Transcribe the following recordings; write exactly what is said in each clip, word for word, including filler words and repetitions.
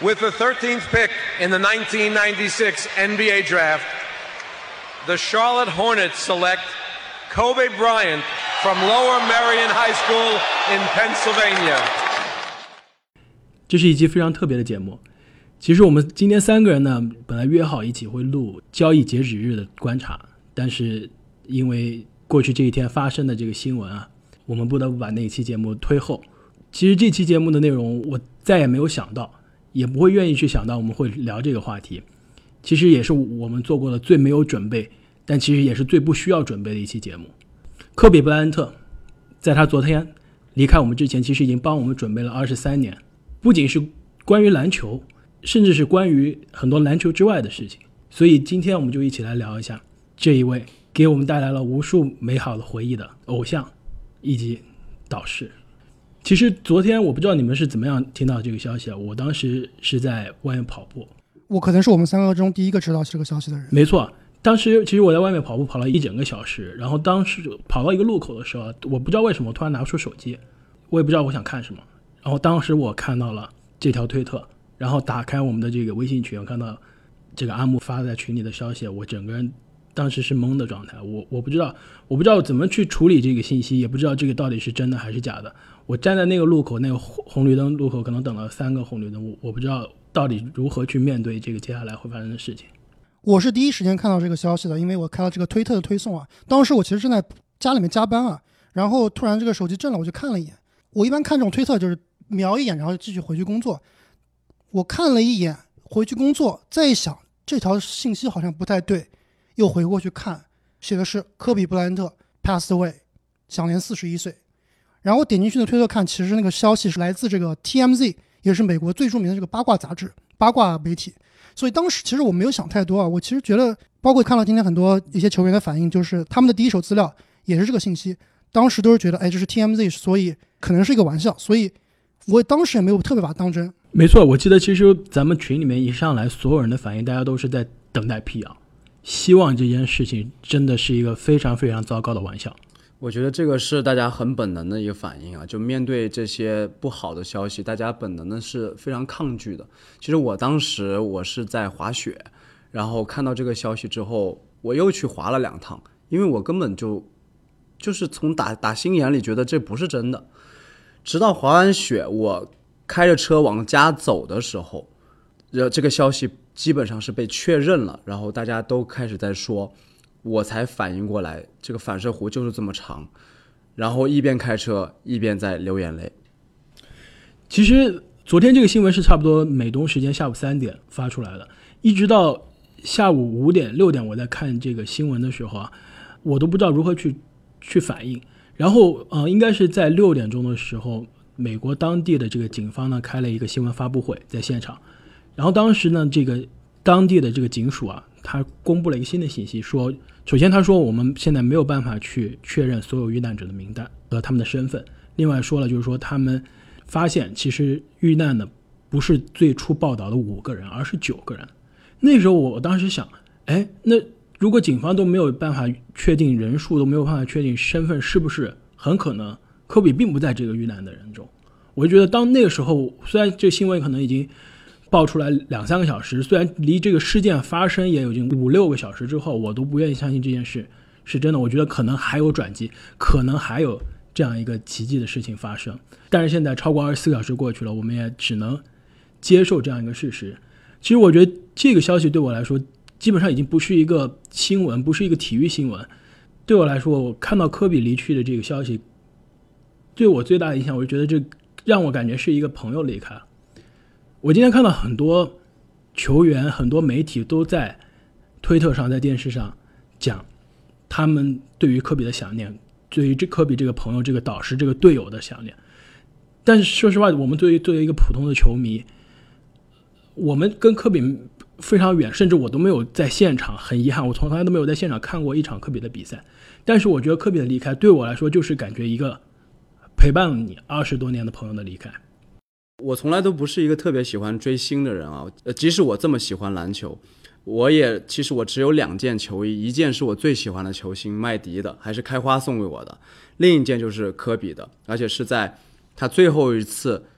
With the thirteenth pick in the nineteen ninety-six N B A Draft, the Charlotte Hornets select Kobe Bryant from Lower Merion High School in Pennsylvania. 这是一期非常特别的节目。其实我们今天三个人呢，本来约好一起会录交易截止日的观察，但是因为过去这一天发生的这个新闻啊，我们不得不把那一期节目推后。其实这期节目的内容我再也没有想到，也不会愿意去想到我们会聊这个话题。其实也是我们做过的最没有准备，但其实也是最不需要准备的一期节目。科比布莱恩特在他昨天离开我们之前，其实已经帮我们准备了二十三年，不仅是关于篮球，甚至是关于很多篮球之外的事情。所以今天我们就一起来聊一下这一位给我们带来了无数美好的回忆的偶像以及导师。其实昨天我不知道你们是怎么样听到这个消息啊，我当时是在外面跑步。 我可能是我们三个中第一个知道这个消息的人。 没错，当时其实我在外面跑步跑了一整个小时，然后当时跑到一个路口的时候，我不知道为什么我突然拿不出手机，我也不知道我想看什么，然后当时我看到了这条推特，然后打开我们的这个微信群，我看到这个阿木发在群里的消息，我整个人当时是懵的状态。我我不知道我不知道怎么去处理这个信息，也不知道这个到底是真的还是假的。我站在那个路口，那个红绿灯路口，可能等了三个红绿灯，我不知道到底如何去面对这个接下来会发生的事情。 我是第一时间看到这个消息的，因为我看到这个推特的推送啊，当时我其实正在家里面加班啊，然后突然这个手机震了，我就看了一眼。我一般看这种推特就是瞄一眼，然后继续回去工作。我看了一眼，回去工作，再一想这条信息好像不太对，又回过去看，写的是科比布莱恩特 passed away， 享年四十一岁。然后我点进去的推特看，其实那个消息是来自这个 T M Z， 也是美国最著名的这个八卦杂志、八卦媒体。所以当时其实我没有想太多啊，我其实觉得，包括看到今天很多一些球员的反应，就是他们的第一手资料也是这个信息，当时都是觉得，哎，这是 T M Z， 所以可能是一个玩笑，所以我当时也没有特别把它当真。 没错，我记得其实咱们群里面一上来，所有人的反应，大家都是在等待辟谣，希望这件事情真的是一个非常非常糟糕的玩笑。 我觉得这个是大家很本能的一个反应啊，就面对这些不好的消息，大家本能的是非常抗拒的。其实我当时我是在滑雪，然后看到这个消息之后，我又去滑了两趟，因为我根本就就是从打打心眼里觉得这不是真的。直到滑完雪，我开着车往家走的时候，这个消息基本上是被确认了，然后大家都开始在说，我才反应过来这个反射弧就是这么长，然后一边开车一边在流眼泪。 其实昨天这个新闻是差不多美东时间下午三点发出来的，一直到下午五点六点我在看这个新闻的时候啊，我都不知道如何去去反应。然后呃，应该是在六点钟的时候，美国当地的这个警方呢开了一个新闻发布会，在现场。然后当时呢，这个当地的这个警署啊，他公布了一个新的信息，说首先他说我们现在没有办法去确认所有遇难者的名单和他们的身份，另外说了就是说他们发现其实遇难的不是最初报道的五个人，而是九个人。那时候我当时想，哎，那如果警方都没有办法确定人数，都没有办法确定身份，是不是很可能科比并不在这个遇难的人中？我就觉得当那个时候，虽然这个新闻可能已经爆出来两三个小时，虽然离这个事件发生也已经五六个小时之后，我都不愿意相信这件事是真的。我觉得可能还有转机，可能还有这样一个奇迹的事情发生。但是现在超过二十四小时过去了，我们也只能接受这样一个事实。其实我觉得这个消息对我来说基本上已经不是一个新闻，不是一个体育新闻。对我来说，我看到科比离去的这个消息，对我最大的影响，我就觉得这让我感觉是一个朋友离开了。我今天看到很多球员、很多媒体都在推特上、在电视上讲他们对于科比的想念，对于这科比这个朋友、这个导师、这个队友的想念。但是说实话，我们对于作为一个普通的球迷，我们跟科比非常远，甚至我都没有在现场，很遗憾，我从来都没有在现场看过一场科比的比赛。但是我觉得科比的离开对我来说，就是感觉一个陪伴了你二十多年的朋友的离开。 我从来都不是一个特别喜欢追星的人啊，即使我这么喜欢篮球，我也其实我只有两件球衣，一件是我最喜欢的球星麦迪的，还是开花送给我的，另一件就是科比的，而且是在他最后一次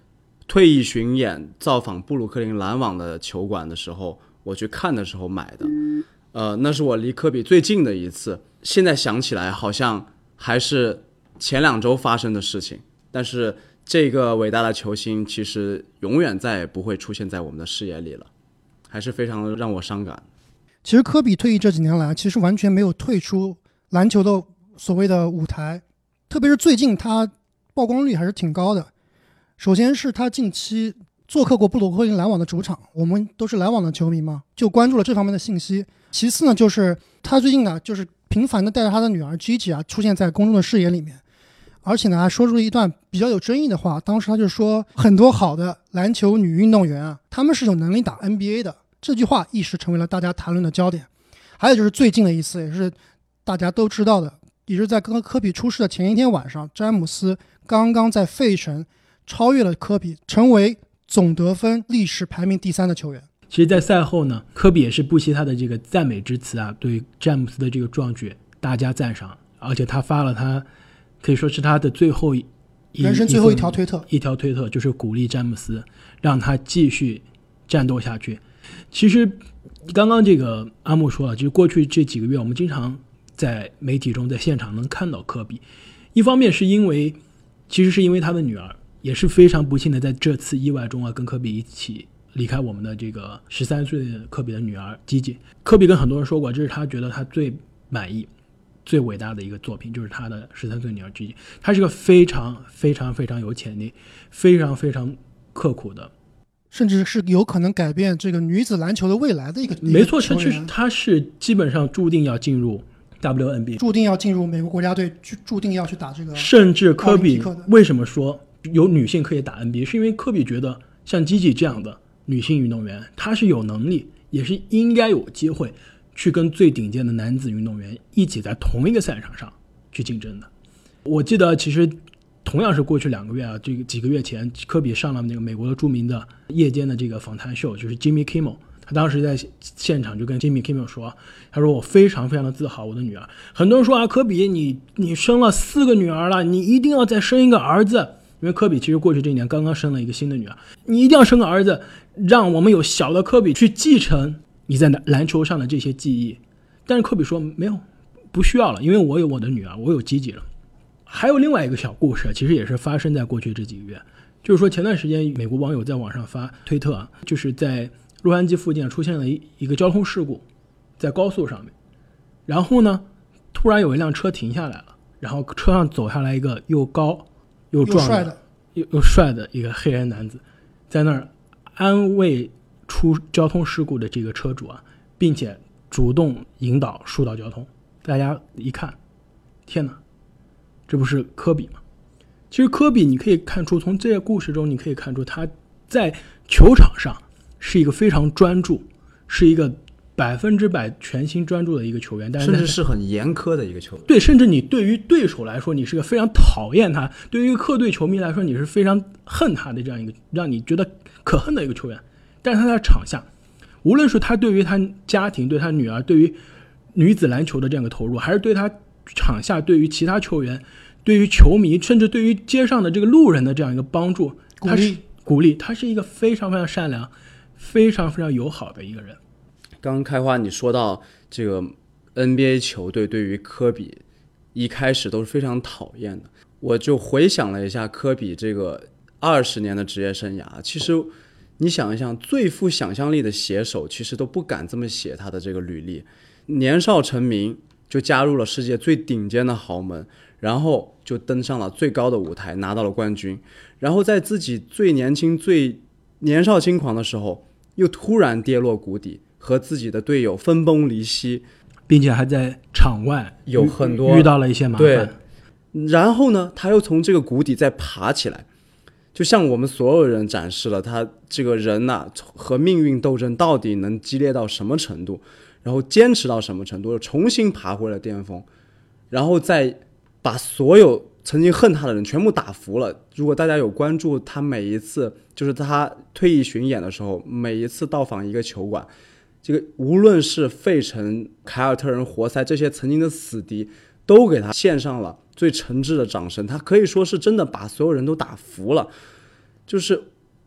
退役巡演造访布鲁克林篮网的球馆的时候，我去看的时候买的。呃，那是我离科比最近的一次。现在想起来，好像还是前两周发生的事情。但是这个伟大的球星，其实永远再也不会出现在我们的视野里了，还是非常让我伤感。 其实科比退役这几年来，其实完全没有退出篮球的所谓的舞台，特别是最近他曝光率还是挺高的。首先是他近期做客过布鲁克林篮网的主场，我们都是篮网的球迷嘛，就关注了这方面的信息。其次呢，就是他最近呢，就是频繁的带着他的女儿 Gigi 啊出现在公众的视野里面，而且呢还说出了一段比较有争议的话。当时他就说，很多好的篮球女运动员啊，他们是有能力打 N B A 的，这句话一时成为了大家谈论的焦点。还有就是最近的一次，也是大家都知道的，也是在跟科比出事的前一天晚上，詹姆斯刚刚在费城超越了科比，成为总得分历史排名第三的球员。 其实在赛后呢，科比也是不惜他的这个赞美之词啊，对詹姆斯的这个壮举大加赞赏，而且他发了他可以说是他的最后一人生最后一条推特， 一条推特就是鼓励詹姆斯，让他继续战斗下去。其实刚刚这个阿木说了，就是过去这几个月我们经常在媒体中在现场能看到科比，一方面是因为其实是因为他的女儿也是非常不幸的在这次意外中啊跟科比一起离开我们的这个十三岁的科比的女儿吉吉。科比跟很多人说过，这是他觉得他最满意最伟大的一个作品，就是他的十三岁女儿吉吉。她是个非常非常非常有潜力非常非常刻苦的， 甚至是有可能改变这个女子篮球的未来的一个没错，他是他是基本上注定要进入 W N B A， 注定要进入美国国家队，注定要去打这个。 甚至科比为什么说有女性可以打 N B A， 是因为科比觉得像吉吉这样的女性运动员，她是有能力也是应该有机会去跟最顶尖的男子运动员一起在同一个赛场上去竞争的。我记得其实同样是过去两个月啊，这个几个月前，科比上了那个美国的著名的夜间的这个访谈秀，就是 Jimmy Kimmel。他当时在现场就跟 Jimmy Kimmel 说，他说我非常非常的自豪我的女儿。很多人说啊，科比你你生了四个女儿了，你一定要再生一个儿子，因为科比其实过去这一年刚刚生了一个新的女儿，你一定要生个儿子，让我们有小的科比去继承你在篮球上的这些记忆。但是科比说没有，不需要了，因为我有我的女儿，我有吉吉了。还有另外一个小故事，其实也是发生在过去这几个月，就是说前段时间美国网友在网上发推特啊，就是在洛杉矶附近出现了一一个交通事故，在高速上面，然后呢突然有一辆车停下来了，然后车上走下来一个又高又壮的又帅的又, 又帅的一个黑人男子，在那儿安慰出交通事故的这个车主啊，并且主动引导疏导交通。大家一看，天哪，这不是科比吗？其实科比你可以看出，从这个故事中你可以看出他在球场上是一个非常专注，是一个百分之百全心专注的一个球员，但是甚至是很严苛的一个球员。 对，甚至你对于对手来说你是个非常讨厌他，对于客队球迷来说你是非常恨他的这样一个让你觉得可恨的一个球员。但是他在场下，无论是他对于他家庭对他女儿对于女子篮球的这样一个投入，还是对他场下对于其他球员对于球迷甚至对于街上的这个路人的这样一个帮助鼓励鼓励，他是一个非常非常善良非常非常友好的一个人。 刚刚开花你说到这个 N B A 球队对于科比一开始都是非常讨厌的，我就回想了一下科比这个二十年的职业生涯，其实你想一想，最富想象力的写手其实都不敢这么写他的这个履历。年少成名就加入了世界最顶尖的豪门，然后就登上了最高的舞台，拿到了冠军，然后在自己最年轻最年少轻狂的时候又突然跌落谷底，和自己的队友分崩离析， 并且还在场外有很多遇到了一些麻烦。 对，然后呢他又从这个谷底再爬起来，就向我们所有人展示了他这个人啊和命运斗争到底能激烈到什么程度，然后坚持到什么程度，重新爬回了巅峰，然后再把所有曾经恨他的人全部打服了。如果大家有关注他每一次就是他退役巡演的时候，每一次到访一个球馆，这个无论是费城、凯尔特人、活塞这些曾经的死敌都给他献上了最诚挚的掌声，他可以说是真的把所有人都打服了。就是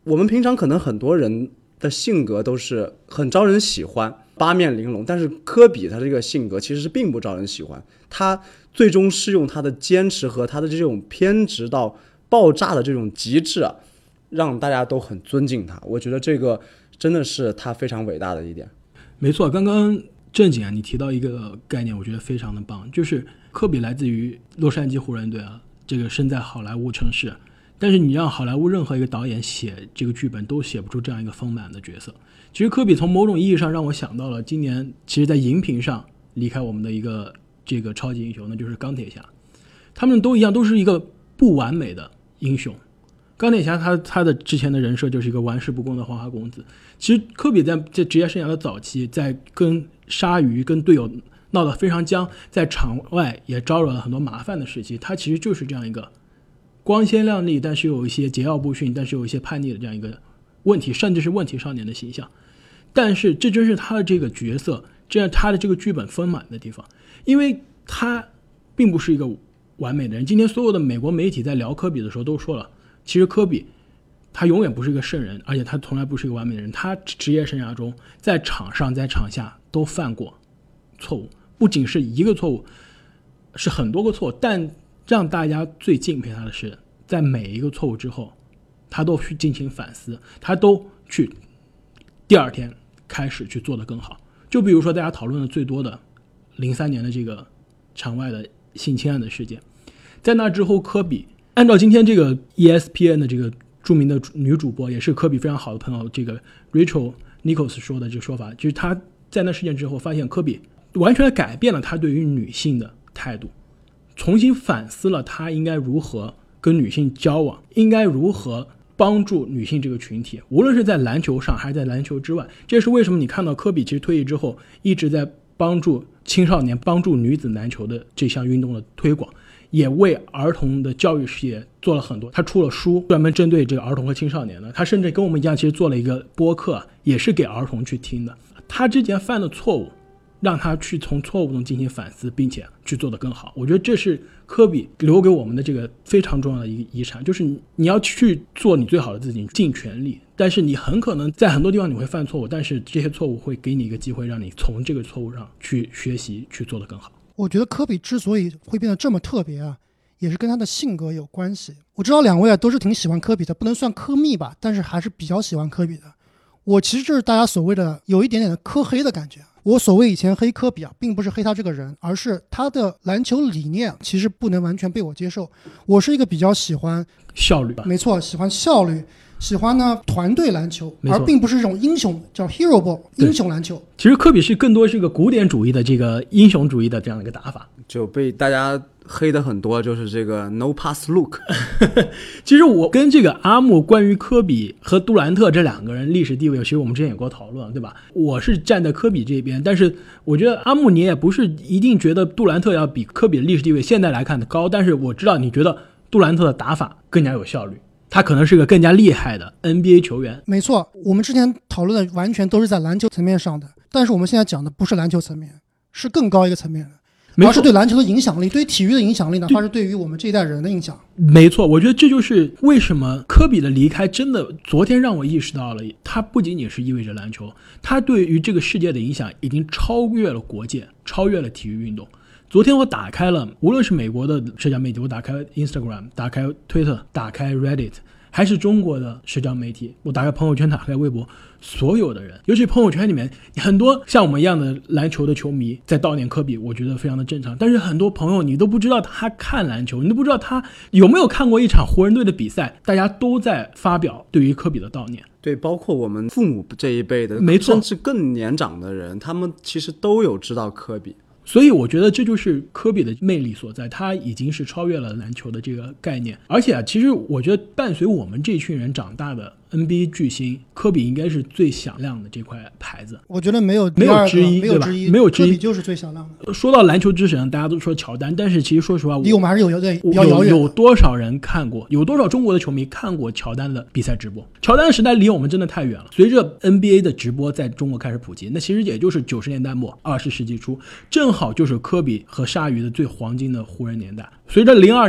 我们平常可能很多人的性格都是很招人喜欢，八面玲珑，但是科比他这个性格其实是并不招人喜欢，他最终是用他的坚持和他的这种偏执到爆炸的这种极致啊，让大家都很尊敬他。我觉得这个真的是他非常伟大的一点。 没错，刚刚正经啊，你提到一个概念，我觉得非常的棒，就是科比来自于洛杉矶湖人队啊，这个身在好莱坞城市，但是你让好莱坞任何一个导演写这个剧本都写不出这样一个丰满的角色。其实科比从某种意义上让我想到了今年其实在荧屏上离开我们的一个这个超级英雄，那就是钢铁侠。他们都一样，都是一个不完美的英雄。钢铁侠他他的之前的人设就是一个玩世不恭的花花公子。其实科比在在职业生涯的早期，在跟鲨鱼跟队友闹得非常僵，在场外也招惹了很多麻烦的时期，他其实就是这样一个光鲜亮丽，但是有一些桀骜不驯，但是有一些叛逆的这样一个问题，甚至是问题少年的形象。但是这正是他的这个角色，这样他的这个剧本丰满的地方，因为他并不是一个完美的人。今天所有的美国媒体在聊科比的时候都说了，其实科比他永远不是一个圣人，而且他从来不是一个完美的人。他职业生涯中在场上在场下都犯过错误，不仅是一个错误，是很多个错误。但让大家最敬佩他的是，在每一个错误之后他都去进行反思，他都去第二天开始去做得更好。就比如说大家讨论的最多的零三年的这个场外的性侵案的事件，在那之后科比按照今天这个 E S P N 的这个著名的女主播，也是科比非常好的朋友，这个 Rachel Nichols 说的这个说法，就是他在那事件之后发现科比完全改变了他对于女性的态度，重新反思了他应该如何跟女性交往，应该如何帮助女性这个群体，无论是在篮球上还是在篮球之外。这是为什么你看到科比其实退役之后一直在帮助青少年、帮助女子篮球的这项运动的推广，也为儿童的教育事业做了很多。他出了书专门针对这个儿童和青少年的，他甚至跟我们一样其实做了一个播客，也是给儿童去听的。他之前犯的错误让他去从错误中进行反思，并且去做得更好。我觉得这是科比留给我们的这个非常重要的一个遗产，就是你要去做你最好的自己，尽全力，但是你很可能在很多地方你会犯错误，但是这些错误会给你一个机会，让你从这个错误上去学习，去做得更好。 我觉得科比之所以会变得这么特别啊，也是跟他的性格有关系。我知道两位啊都是挺喜欢科比的，不能算科密吧，但是还是比较喜欢科比的。我其实就是大家所谓的有一点点的科黑的感觉。我所谓以前黑科比啊，并不是黑他这个人，而是他的篮球理念其实不能完全被我接受。我是一个比较喜欢效率吧， 没错，喜欢效率，喜欢呢团队篮球，而并不是这种英雄叫 hero ball 英雄篮球。 其实科比是更多是一个古典主义的这个英雄主义的这样的一个打法， 就被大家黑的很多，就是这个 no pass look 其实我跟这个阿木关于科比和杜兰特这两个人历史地位，其实我们之前有过讨论，对吧？我是站在科比这边，但是我觉得阿木你也不是一定觉得杜兰特要比科比的历史地位现在来看的高，但是我知道你觉得杜兰特的打法更加有效率，他可能是个更加厉害的 N B A 球员。 没错，我们之前讨论的完全都是在篮球层面上的，但是我们现在讲的不是篮球层面，是更高一个层面的，而是对篮球的影响力，对体育的影响力，哪怕是对于我们这一代人的影响。 没错，我觉得这就是为什么科比的离开真的昨天让我意识到了，他不仅仅是意味着篮球，他对于这个世界的影响已经超越了国界，超越了体育运动。昨天我打开了，无论是美国的社交媒体，我打开 Instagram， 打开 Twitter， 打开 Reddit， 还是中国的社交媒体，我打开朋友圈，打开微博，所有的人，尤其朋友圈里面很多像我们一样的篮球的球迷在悼念科比，我觉得非常的正常。但是很多朋友你都不知道他看篮球，你都不知道他有没有看过一场湖人队的比赛，大家都在发表对于科比的悼念。 对，包括我们父母这一辈的， 没错， 甚至更年长的人，他们其实都有知道科比。 所以我觉得这就是科比的魅力所在，他已经是超越了篮球的这个概念。而且啊，其实我觉得伴随我们这群人长大的 N B A 巨星，科比应该是最响亮的这块牌子。 我觉得没有没有之一， 没有之一， 没有之一， 科比就是最响亮的。 说到篮球之神，大家都说乔丹，但是其实说实话， 离我们还是有有点比较遥远。 有有多少人看过？有多少中国的球迷看过乔丹的比赛直播？乔丹的时代离我们真的太远了。随着 N B A 的直播在中国开始普及，那其实也就是九十年代末、二十世纪初，正好就是科比和鲨鱼的最黄金的湖人年代。随着零二年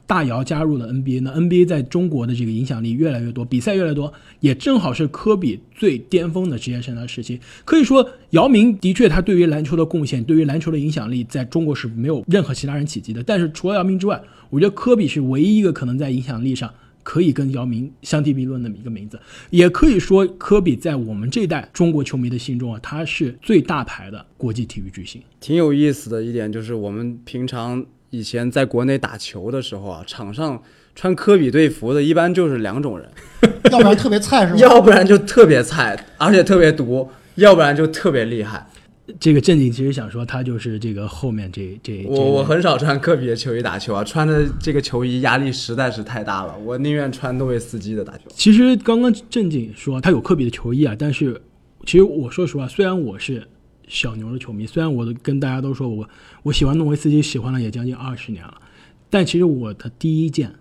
大姚加入了 N B A 呢 N B A 在中国的这个影响力越来越多，比赛越来越多，也正好是科比最巅峰的职业生涯时期。可以说姚明的确他对于篮球的贡献，对于篮球的影响力在中国是没有任何其他人企及的，但是除了姚明之外，我觉得科比是唯一一个可能在影响力上可以跟姚明相提并论的一个名字。也可以说科比在我们这一代中国球迷的心中啊，他是最大牌的国际体育巨星。 挺有意思的一点就是我们平常以前在国内打球的时候啊，场上穿科比队服的一般就是两种人， 要不然特别菜是吧？ 要不然就特别菜，而且特别毒，要不然就特别厉害。 这个正经其实想说，他就是这个后面这这我我很少穿科比的球衣打球啊，穿的这个球衣压力实在是太大了，我宁愿穿诺维斯基的打球。 其实刚刚正经说他有科比的球衣啊，但是其实我说实话，虽然我是小牛的球迷，虽然我跟大家都说我我喜欢诺维斯基喜欢了也将近二十年了，但其实我的第一件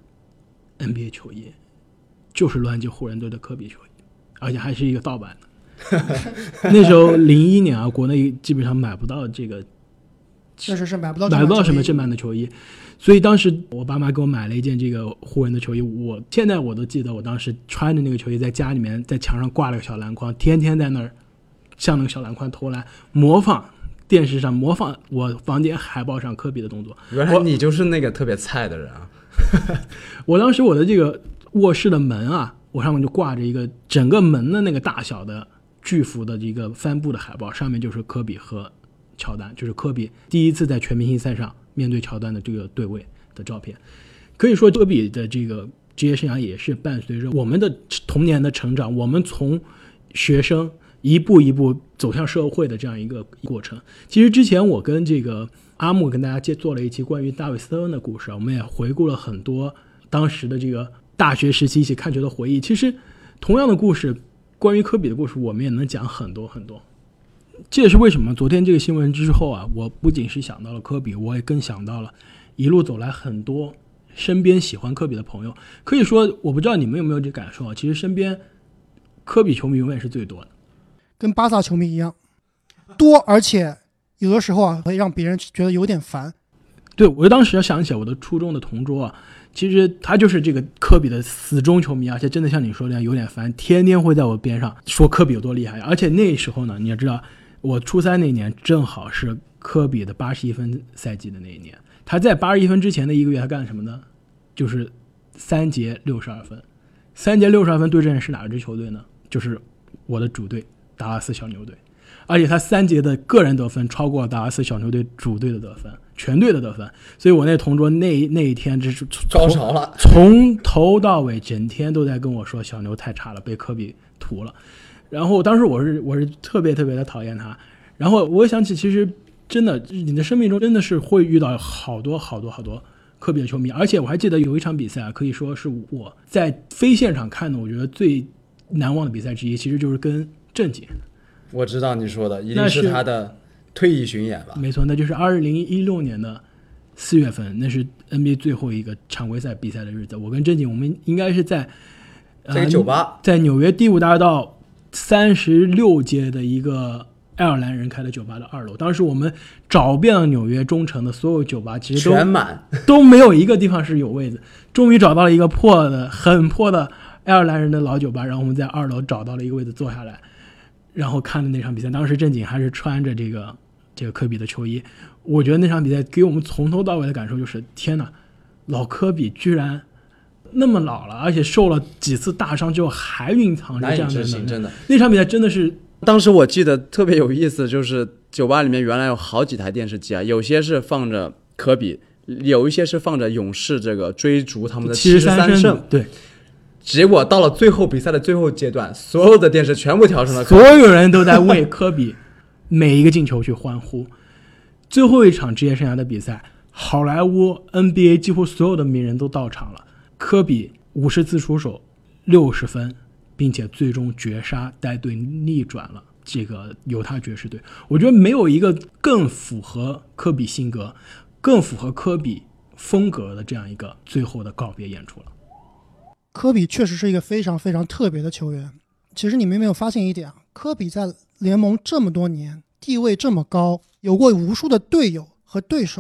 N B A 球衣就是洛杉矶湖人队的科比球衣，而且还是一个盗版的。那时候零一年啊，国内基本上买不到这个， 确实是买不到买不到什么正版的球衣，所以当时我爸妈给我买了一件这个湖人的球衣，我现在我都记得，我当时穿着那个球衣在家里面在墙上挂了个小篮筐，天天在那儿向那个小篮筐投篮，模仿电视上模仿我房间海报上科比的动作。 原来你就是那个特别菜的人啊！ 我当时我的这个卧室的门啊，我上面就挂着一个整个门的那个大小的巨幅的一个帆布的海报，上面就是科比和乔丹，就是科比第一次在全明星赛上面对乔丹的这个对位的照片。可以说科比的这个职业生涯也是伴随着我们的童年的成长，我们从学生一步一步走向社会的这样一个过程。其实之前我跟这个阿木跟大家做了一期关于大卫斯特恩的故事，我们也回顾了很多当时的这个大学时期一起看球的回忆。其实同样的故事，关于科比的故事我们也能讲很多很多。这也是为什么昨天这个新闻之后啊，我不仅是想到了科比，我也更想到了一路走来很多身边喜欢科比的朋友。可以说我不知道你们有没有这感受啊，其实身边科比球迷永远是最多的， 跟巴萨球迷一样多，而且有的时候啊会让别人觉得有点烦。 对，我当时要想起我的初中的同桌啊，其实他就是这个科比的死忠球迷，而且真的像你说的那样有点烦，天天会在我边上说科比有多厉害。而且那时候呢，你要知道我初三那年正好是科比的八十一分赛季的那一年，他在八十一分之前的一个月他干什么呢？就是三节六十二分，三节六十二分对阵是哪支球队呢？就是我的主队达拉斯小牛队，而且他三节的个人得分超过了达拉斯小牛队主队的得分，全队的得分。所以我那同桌那那一天就是高潮了， 从头到尾整天都在跟我说小牛太差了，被科比屠了。然后当时我是我是特别特别的讨厌他。然后我想起，其实真的你的生命中真的是会遇到好多好多好多科比的球迷。而且我还记得有一场比赛啊，可以说是我在非现场看的我觉得最难忘的比赛之一，其实就是跟正经。 我知道你说的一定是他的退役巡演吧？ 没错，那就是二零一六年的四月份，那是 N B A 最后一个常规赛比赛的日子。我跟正经我们应该是在这个酒吧、呃、 在纽约第五大道三十六街的一个爱尔兰人开的酒吧的二楼。当时我们找遍了纽约中城的所有酒吧，其实都全满， 都没有一个地方是有位子。终于找到了一个破的很破的爱尔兰人的老酒吧，然后我们在二楼找到了一个位子坐下来，然后看了那场比赛。当时正经还是穿着这个这个科比的球衣。我觉得那场比赛给我们从头到尾的感受就是天哪，老科比居然那么老了，而且受了几次大伤之后还蕴藏着这样的能力。 真的， 那场比赛真的是， 当时我记得特别有意思，就是酒吧里面原来有好几台电视机啊，有些是放着科比，有一些是放着勇士这个追逐他们的七十三胜。 对， 结果到了最后比赛的最后阶段，所有的电视全部调成了科比，所有人都在为科比每一个进球去欢呼。最后一场职业生涯的比赛，好莱坞 N B A 几乎所有的名人都到场了，科比五十次出手六十分，并且最终绝杀带队逆转了这个犹他爵士队。我觉得没有一个更符合科比性格更符合科比风格的这样一个最后的告别演出了。 科比确实是一个非常非常特别的球员。其实你们有没有发现一点啊？科比在联盟这么多年，地位这么高，有过无数的队友和对手，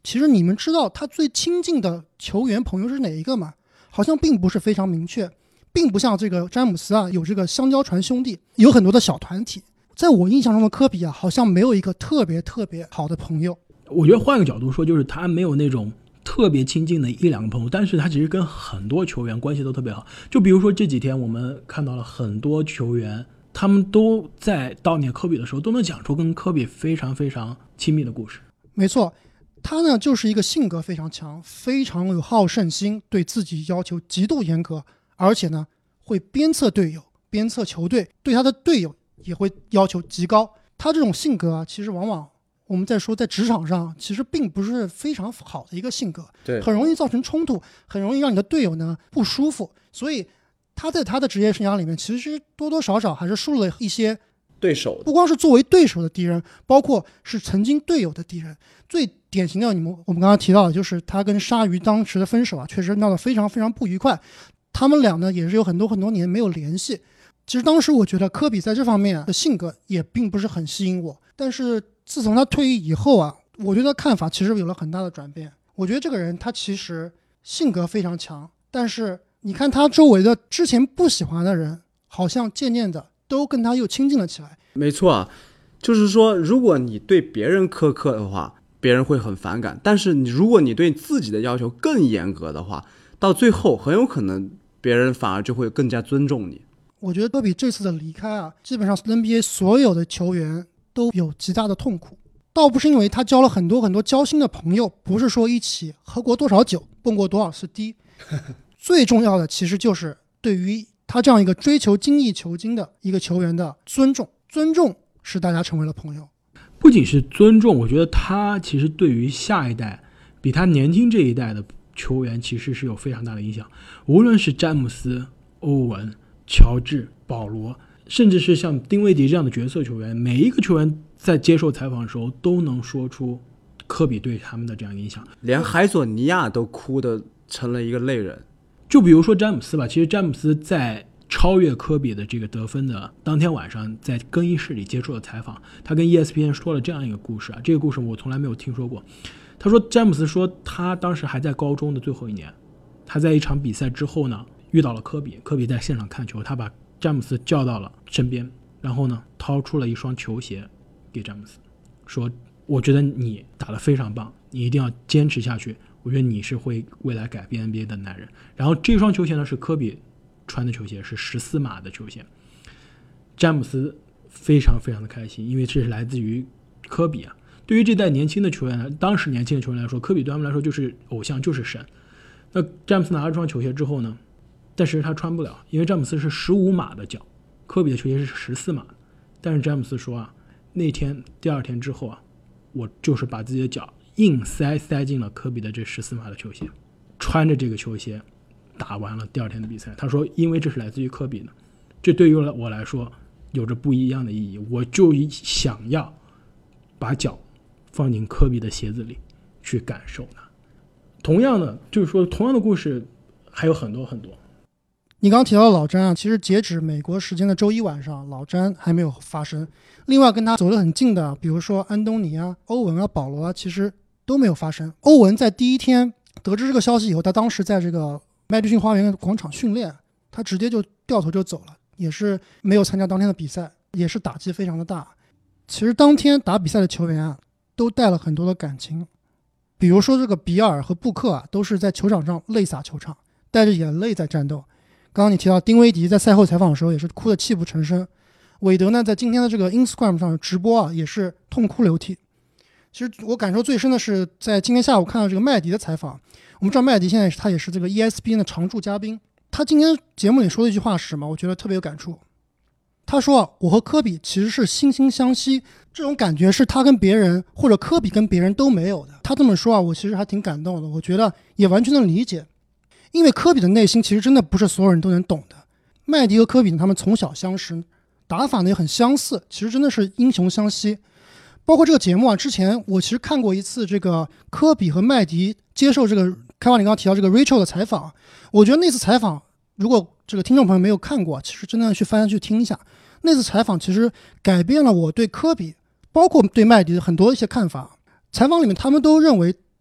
其实你们知道他最亲近的球员朋友是哪一个吗？好像并不是非常明确，并不像这个詹姆斯啊有这个香蕉船兄弟，有很多的小团体。在我印象中的科比啊，好像没有一个特别特别好的朋友。 我觉得换个角度说，就是他没有那种特别亲近的一两个朋友，但是他其实跟很多球员关系都特别好。就比如说这几天我们看到了很多球员，他们都在悼念科比的时候都能讲出跟科比非常非常亲密的故事。 没错，他呢就是一个性格非常强，非常有好胜心，对自己要求极度严格，而且呢会鞭策队友，鞭策球队，对他的队友也会要求极高。他这种性格啊，其实往往我们在说在职场上其实并不是非常好的一个性格， 对， 很容易造成冲突，很容易让你的队友呢不舒服。所以他在他的职业生涯里面其实多多少少还是输了一些对手， 不光是作为对手的敌人，包括是曾经队友的敌人。最典型的你们我们刚刚提到的就是他跟鲨鱼当时的分手啊，确实闹得非常非常不愉快，他们俩呢也是有很多很多年没有联系。其实当时我觉得科比在这方面的性格也并不是很吸引我，但是自从他退役以后啊，我对他看法其实有了很大的转变。我觉得这个人他其实性格非常强，但是你看他周围的之前不喜欢的人，好像渐渐的都跟他又亲近了起来。 没错啊，就是说如果你对别人苛刻的话，别人会很反感，但是你如果你对自己的要求更严格的话，到最后很有可能别人反而就会更加尊重你。 我觉得科比这次的离开啊，基本上 N B A 所有的球员都有极大的痛苦，倒不是因为他交了很多很多交心的朋友，不是说一起喝过多少酒，蹦过多少次迪最重要的其实就是对于他这样一个追求精益求精的一个球员的尊重，尊重使大家成为了朋友。 不仅是尊重，我觉得他其实对于下一代比他年轻这一代的球员其实是有非常大的影响，无论是詹姆斯、欧文、乔治、保罗，甚至是像丁威迪这样的角色球员，每一个球员在接受采访的时候都能说出科比对他们的这样影响， 连海佐尼亚都哭得成了一个泪人。 就比如说詹姆斯吧，其实詹姆斯在超越科比的这个得分的当天晚上，在更衣室里接受了采访，他跟 E S P N 说了这样一个故事啊，这个故事我从来没有听说过。他说詹姆斯说他当时还在高中的最后一年，他在一场比赛之后呢遇到了科比，科比在现场看球，他把詹姆斯叫到了身边，然后呢掏出了一双球鞋给詹姆斯，说我觉得你打得非常棒，你一定要坚持下去，我觉得你是会未来改变 N B A 的男人。然后这双球鞋呢是科比穿的球鞋，是十四码的球鞋。詹姆斯非常非常的开心，因为这是来自于科比啊。对于这代年轻的球员，当时年轻的球员来说，科比对他们来说就是偶像，就是神。那詹姆斯拿了这双球鞋之后呢，但是他穿不了，因为詹姆斯是十五码的脚，科比的球鞋是十四码。但是詹姆斯说啊，那天第二天之后啊，我就是把自己的脚硬塞塞进了科比的这十四码的球鞋，穿着这个球鞋打完了第二天的比赛。他说因为这是来自于科比的，这对于我来说有着不一样的意义，我就想要把脚放进科比的鞋子里去感受它。同样的就是说同样的故事还有很多很多。 你刚刚提到的老詹啊，其实截止美国时间的周一晚上，老詹还没有发生。另外跟他走得很近的，比如说安东尼啊、欧文啊、保罗啊，其实都没有发生。欧文在第一天得知这个消息以后，他当时在这个麦迪逊花园广场训练，他直接就掉头就走了，也是没有参加当天的比赛，也是打击非常的大。其实当天打比赛的球员啊，都带了很多的感情，比如说这个比尔和布克啊，都是在球场上泪洒球场，带着眼泪在战斗。刚刚你提到丁威迪在赛后采访的时候也是哭得泣不成声，韦德呢在今天的这个 Instagram 上直播啊也是痛哭流涕。其实我感受最深的是在今天下午看到这个麦迪的采访，我们知道麦迪现在他也是这个 E S P N 的常驻嘉宾，他今天节目里说的一句话是什么？我觉得特别有感触。他说啊，我和科比其实是惺惺相惜，这种感觉是他跟别人或者科比跟别人都没有的。他这么说啊，我其实还挺感动的，我觉得也完全能理解。因为科比的内心其实真的不是所有人都能懂的。麦迪和科比他们从小相识，打法呢也很相似，其实真的是英雄相惜。包括这个节目啊，之前我其实看过一次这个科比和麦迪接受这个开华你刚刚提到这个 Rachel 的采访，我觉得那次采访如果这个听众朋友没有看过，其实真的去翻去听一下，那次采访其实改变了我对科比包括对麦迪的很多一些看法。采访里面他们都认为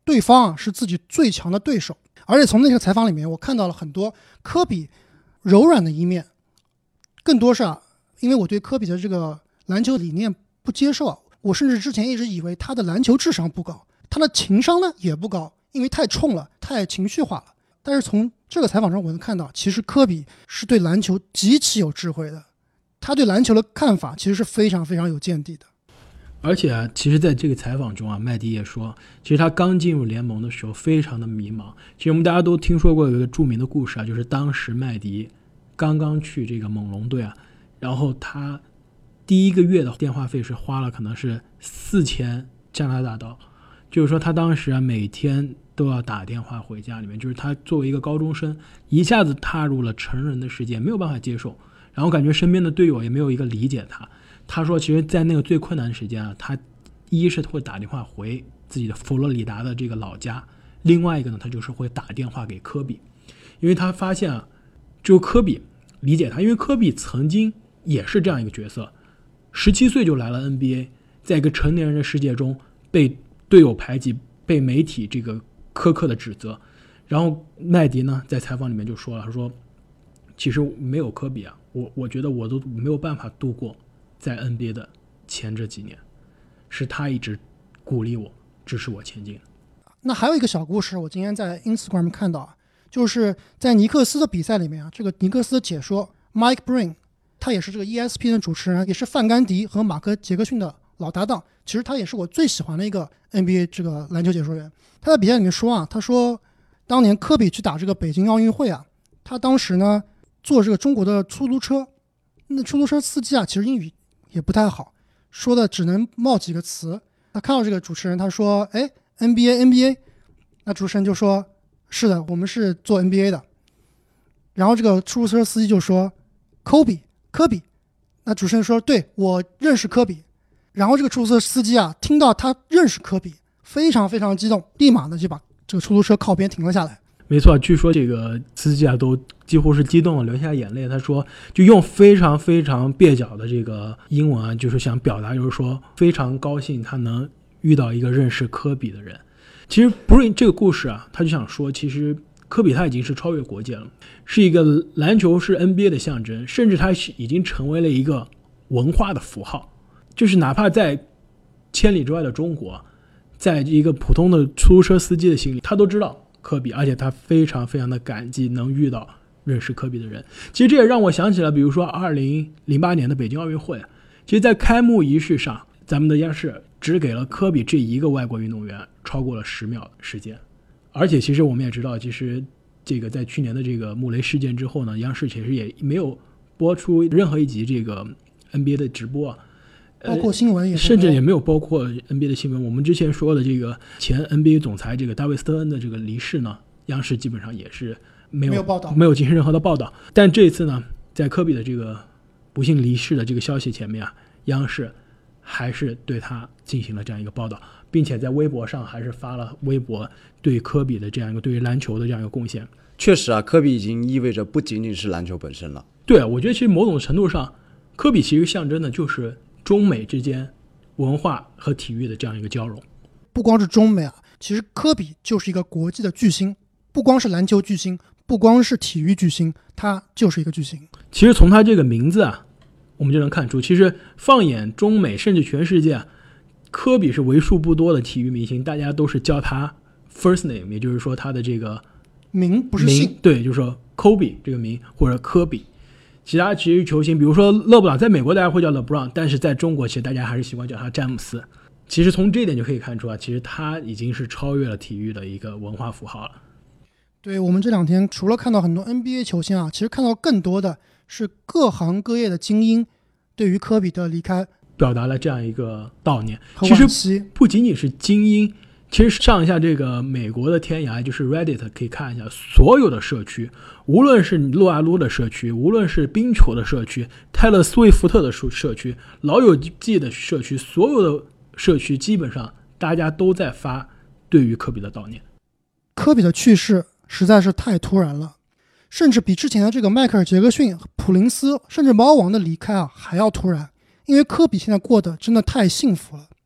对方啊是自己最强的对手。而且从那个采访里面，我看到了很多科比柔软的一面，更多是啊，因为我对科比的这个篮球理念不接受啊，我甚至之前一直以为他的篮球智商不高，他的情商呢也不高，因为太冲了，太情绪化了。但是从这个采访中我能看到，其实科比是对篮球极其有智慧的，他对篮球的看法其实是非常非常有见地的。 而且啊，其实在这个采访中啊，麦迪也说，其实他刚进入联盟的时候非常的迷茫。其实我们大家都听说过有一个著名的故事啊，就是当时麦迪刚刚去这个猛龙队啊，然后他第一个月的电话费是花了可能是四千加拿大刀，就是说他当时啊每天都要打电话回家里面，就是他作为一个高中生一下子踏入了成人的世界，没有办法接受，然后感觉身边的队友也没有一个理解他。他说其实在那个最困难的时间啊，他一是会打电话回自己的佛罗里达的这个老家，另外一个呢他就是会打电话给科比，因为他发现啊只有科比理解他，因为科比曾经也是这样一个角色，十七岁就来了 N B A， 在一个成年人的世界中被队友排挤，被媒体这个苛刻的指责。然后麦迪呢在采访里面就说了，他说其实没有科比啊，我我觉得我都没有办法度过在 N B A 的前这几年，是他一直鼓励我支持我前进。 那还有一个小故事，我今天在 Instagram 看到啊，就是在尼克斯的比赛里面啊，这个尼克斯的解说 Mike Breen， 他也是这个 E S P N 的主持人，也是范甘迪和马克杰克逊的老搭档，其实他也是我最喜欢的一个 N B A 这个篮球解说员。他在比赛里面说啊，他说当年科比去打这个北京奥运会啊，他当时呢坐这个中国的出租车，那出租车司机啊其实英语也不太好，说的只能冒几个词。他看到这个主持人，他说哎 N B A N B A， 那主持人就说是的，我们是做 N B A 的。然后这个出租车司机就说科比科比，那主持人说对，我认识科比。然后这个出租车司机啊听到他认识科比，非常非常激动，立马呢就把这个出租车靠边停了下来。 没错，据说这个司机啊都几乎是激动了，流下眼泪。他说就用非常非常蹩脚的这个英文啊，就是想表达，就是说非常高兴他能遇到一个认识科比的人。其实不是这个故事啊，他就想说其实科比他已经是超越国界了，是一个篮球是 N B A 的象征，甚至他已经成为了一个文化的符号。就是哪怕在千里之外的中国，在一个普通的出租车司机的心里，他都知道科比，而且他非常非常的感激能遇到认识科比的人。其实这也让我想起了比如说二零零八年的北京奥运会，其实在开幕仪式上，咱们的央视只给了科比这一个外国运动员超过了十秒时间。而且其实我们也知道，其实这个在去年的这个穆雷事件之后呢，央视其实也没有播出任何一集这个 N B A 的直播啊， 包括新闻也甚至也没有包括 N B A 的新闻。我们之前说的这个前 N B A 总裁这个大卫斯特恩的这个离世呢，央视基本上也是没有没有报道， 没有进行任何的报道。但这一次呢，在科比的这个不幸离世的这个消息前面啊，央视还是对他进行了这样一个报道，并且在微博上还是发了微博对科比的这样一个对于篮球的这样一个贡献。 确实啊，科比已经意味着不仅仅是篮球本身了。 对，我觉得其实某种程度上，科比其实象征的就是中美之间文化和体育的这样一个交融。 不光是中美啊，其实科比就是一个国际的巨星，不光是篮球巨星，不光是体育巨星，他就是一个巨星。 其实从他这个名字啊，我们就能看出，其实放眼中美甚至全世界啊，科比是为数不多的体育明星，大家都是叫他 first name， 也就是说他的这个名不是姓， 对，就是说 Kobe 这个名或者科比。其他体育球星，比如说勒布朗，在美国大家会叫 LeBron， 但是在中国其实大家还是习惯叫他詹姆斯。其实从这一点就可以看出啊，其实他已经是超越了体育的一个文化符号了。 对，我们这两天除了看到很多 N B A 球星啊，其实看到更多的是各行各业的精英对于科比的离开表达了这样一个悼念。 和其惋惜。 实不仅仅是精英，其实上一下这个美国的天涯，就是 Reddit 可以看一下所有的社区，无论是撸啊撸的社区，无论是冰球的社区，泰勒斯威夫特的社区，老友记的社区，所有的社区基本上大家都在发对于科比的悼念。 科比的去世实在是太突然了，甚至比之前的这个迈克尔杰克逊、普林斯甚至猫王的离开啊还要突然，因为科比现在过得真的太幸福了。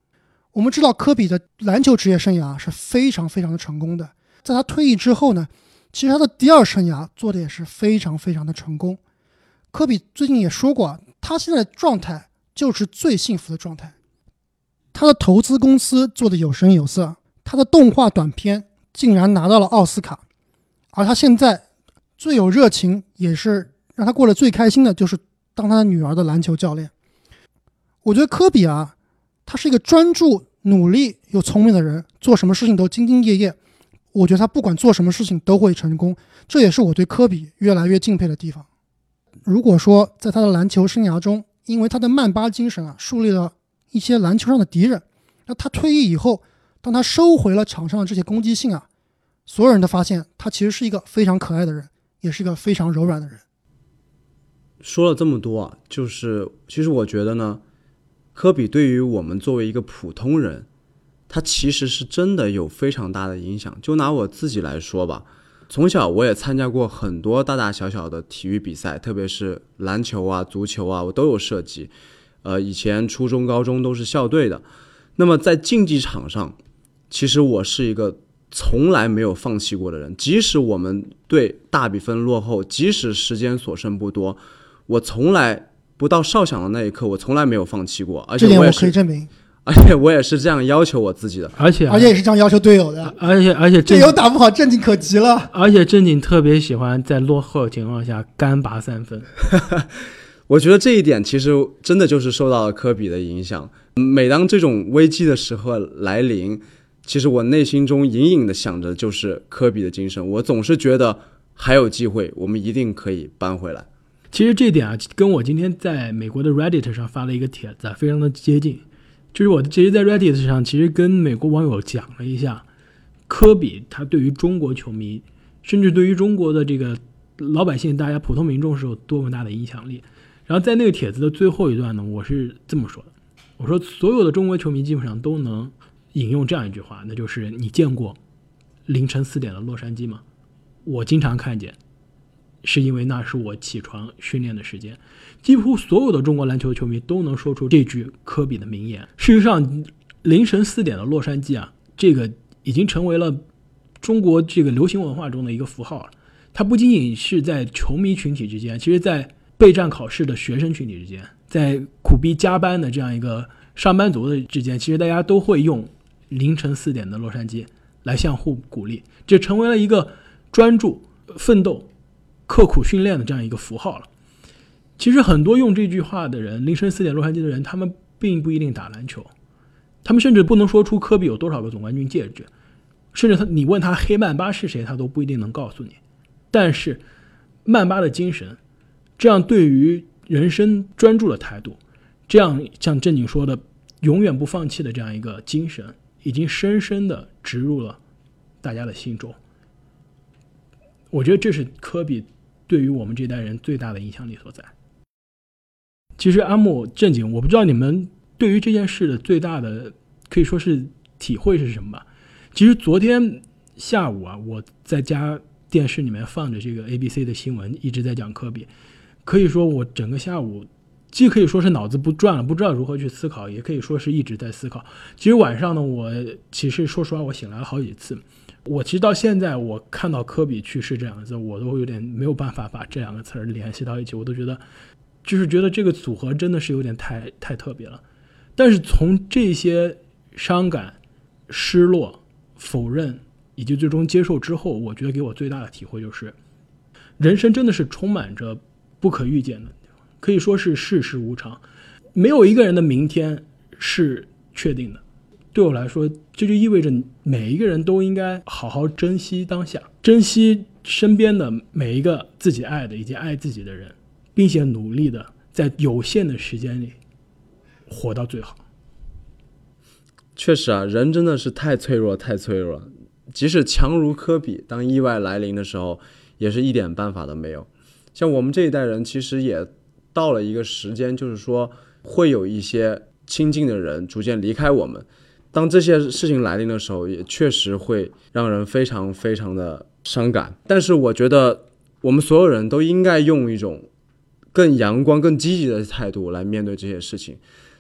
我们知道科比的篮球职业生涯是非常非常的成功的，在他退役之后呢，其实他的第二生涯做的也是非常非常的成功。科比最近也说过，他现在的状态就是最幸福的状态。他的投资公司做的有声有色，他的动画短片竟然拿到了奥斯卡，而他现在最有热情也是让他过得最开心的就是当他的女儿的篮球教练。我觉得科比啊，他是一个专注、努力又聪明的人，做什么事情都兢兢业业。我觉得他不管做什么事情都会成功，这也是我对科比越来越敬佩的地方。如果说在他的篮球生涯中，因为他的曼巴精神啊，树立了一些篮球上的敌人，那他退役以后，当他收回了场上的这些攻击性啊，所有人都发现他其实是一个非常可爱的人，也是一个非常柔软的人。 说了这么多啊，就是其实我觉得呢，科比对于我们作为一个普通人，他其实是真的有非常大的影响。就拿我自己来说吧，从小我也参加过很多大大小小的体育比赛，特别是篮球啊、足球啊，我都有涉及。呃，以前初中、高中都是校队的。那么在竞技场上，其实我是一个从来没有放弃过的人。即使我们队大比分落后，即使时间所剩不多，我从来不到哨响的那一刻，我从来没有放弃过。而且我也是， 这点我可以证明。 而且我也是这样要求我自己的， 而且而且也是这样要求队友的， 而且而且队友打不好，正经可急了。 而且正经特别喜欢在落后的情况下干拔三分。 我觉得这一点其实真的就是受到了科比的影响。每当这种危机的时候来临，其实我内心中隐隐的想着就是科比的精神。我总是觉得还有机会，我们一定可以扳回来。 其实这点啊，跟我今天在美国的 Reddit 上发了一个帖子啊，非常的接近。就是我其实在 Reddit 上其实跟美国网友讲了一下科比他对于中国球迷，甚至对于中国的这个老百姓，大家普通民众是有多么大的影响力。然后在那个帖子的最后一段呢，我是这么说的，我说所有的中国球迷基本上都能引用这样一句话，那就是你见过凌晨四点的洛杉矶吗？我经常看见，是因为那是我起床训练的时间。几乎所有的中国篮球球迷都能说出这句科比的名言。事实上，凌晨四点的洛杉矶啊，这个已经成为了中国这个流行文化中的一个符号了。它不仅仅是在球迷群体之间，其实在备战考试的学生群体之间，在苦逼加班的这样一个上班族的之间，其实大家都会用凌晨四点的洛杉矶来相互鼓励，这成为了一个专注、奋斗、刻苦训练的这样一个符号了。其实很多用这句话的人，凌晨四点洛杉矶的人，他们并不一定打篮球，他们甚至不能说出科比有多少个总冠军戒指，甚至他你问他黑曼巴是谁，他都不一定能告诉你。但是曼巴的精神，这样对于人生专注的态度，这样像正经说的永远不放弃的这样一个精神，已经深深的植入了大家的心中。我觉得这是科比对于我们这代人最大的影响力所在。其实阿木正经，我不知道你们对于这件事的最大的可以说是体会是什么吧。其实昨天下午啊，我在家电视里面放着这个 A B C 的新闻，一直在讲科比，可以说我整个下午既可以说是脑子不转了，不知道如何去思考，也可以说是一直在思考。其实晚上呢，我其实说实话我醒来了好几次，我其实到现在我看到科比去世这两个字，我都有点没有办法把这两个词联系到一起，我都觉得就是觉得这个组合真的是有点太太特别了。但是从这些伤感、失落、否认以及最终接受之后，我觉得给我最大的体会就是人生真的是充满着不可预见的，可以说是世事无常，没有一个人的明天是确定的。对我来说，这就意味着每一个人都应该好好珍惜当下，珍惜身边的每一个自己爱的以及爱自己的人，并且努力的在有限的时间里活到最好。 确实啊，人真的是太脆弱太脆弱了，即使强如科比，当意外来临的时候也是一点办法都没有。像我们这一代人其实也到了一个时间，就是说会有一些亲近的人逐渐离开我们，当这些事情来临的时候，也确实会让人非常非常的伤感。但是我觉得我们所有人都应该用一种更阳光更积极的态度来面对这些事情。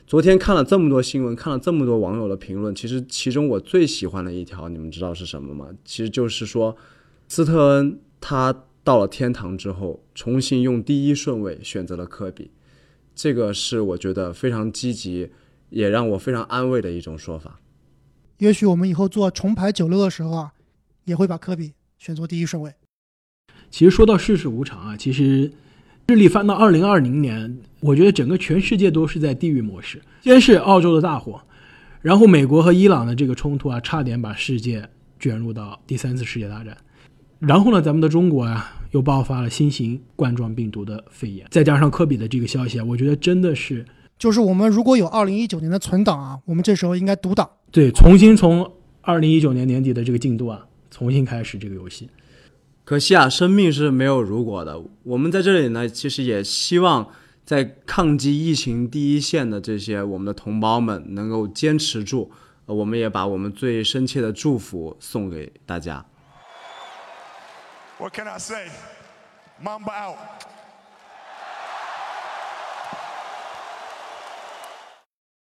昨天看了这么多新闻，看了这么多网友的评论，其实其中我最喜欢的一条，你们知道是什么吗？其实就是说，斯特恩他到了天堂之后，重新用第一顺位选择了科比，这个是我觉得非常积极，也让我非常安慰的一种说法。 也许我们以后做重排九六的时候啊，也会把科比选作第一顺位。 其实说到世事无常啊，其实日历翻到二零二零年，我觉得整个全世界都是在地狱模式。先是澳洲的大火，然后美国和伊朗的这个冲突啊，差点把世界卷入到第三次世界大战。然后呢，咱们的中国啊，又爆发了新型冠状病毒的肺炎，再加上科比的这个消息啊，我觉得真的是， 就是我们如果有二零一九年的存档啊，我们这时候应该读档， 对，重新从二零一九年年底的这个进度啊，重新开始这个游戏。 可惜啊，生命是没有如果的。我们在这里呢，其实也希望在抗击疫情第一线的这些我们的同胞们能够坚持住，呃、我们也把我们最深切的祝福送给大家。 What can I say? Mamba out.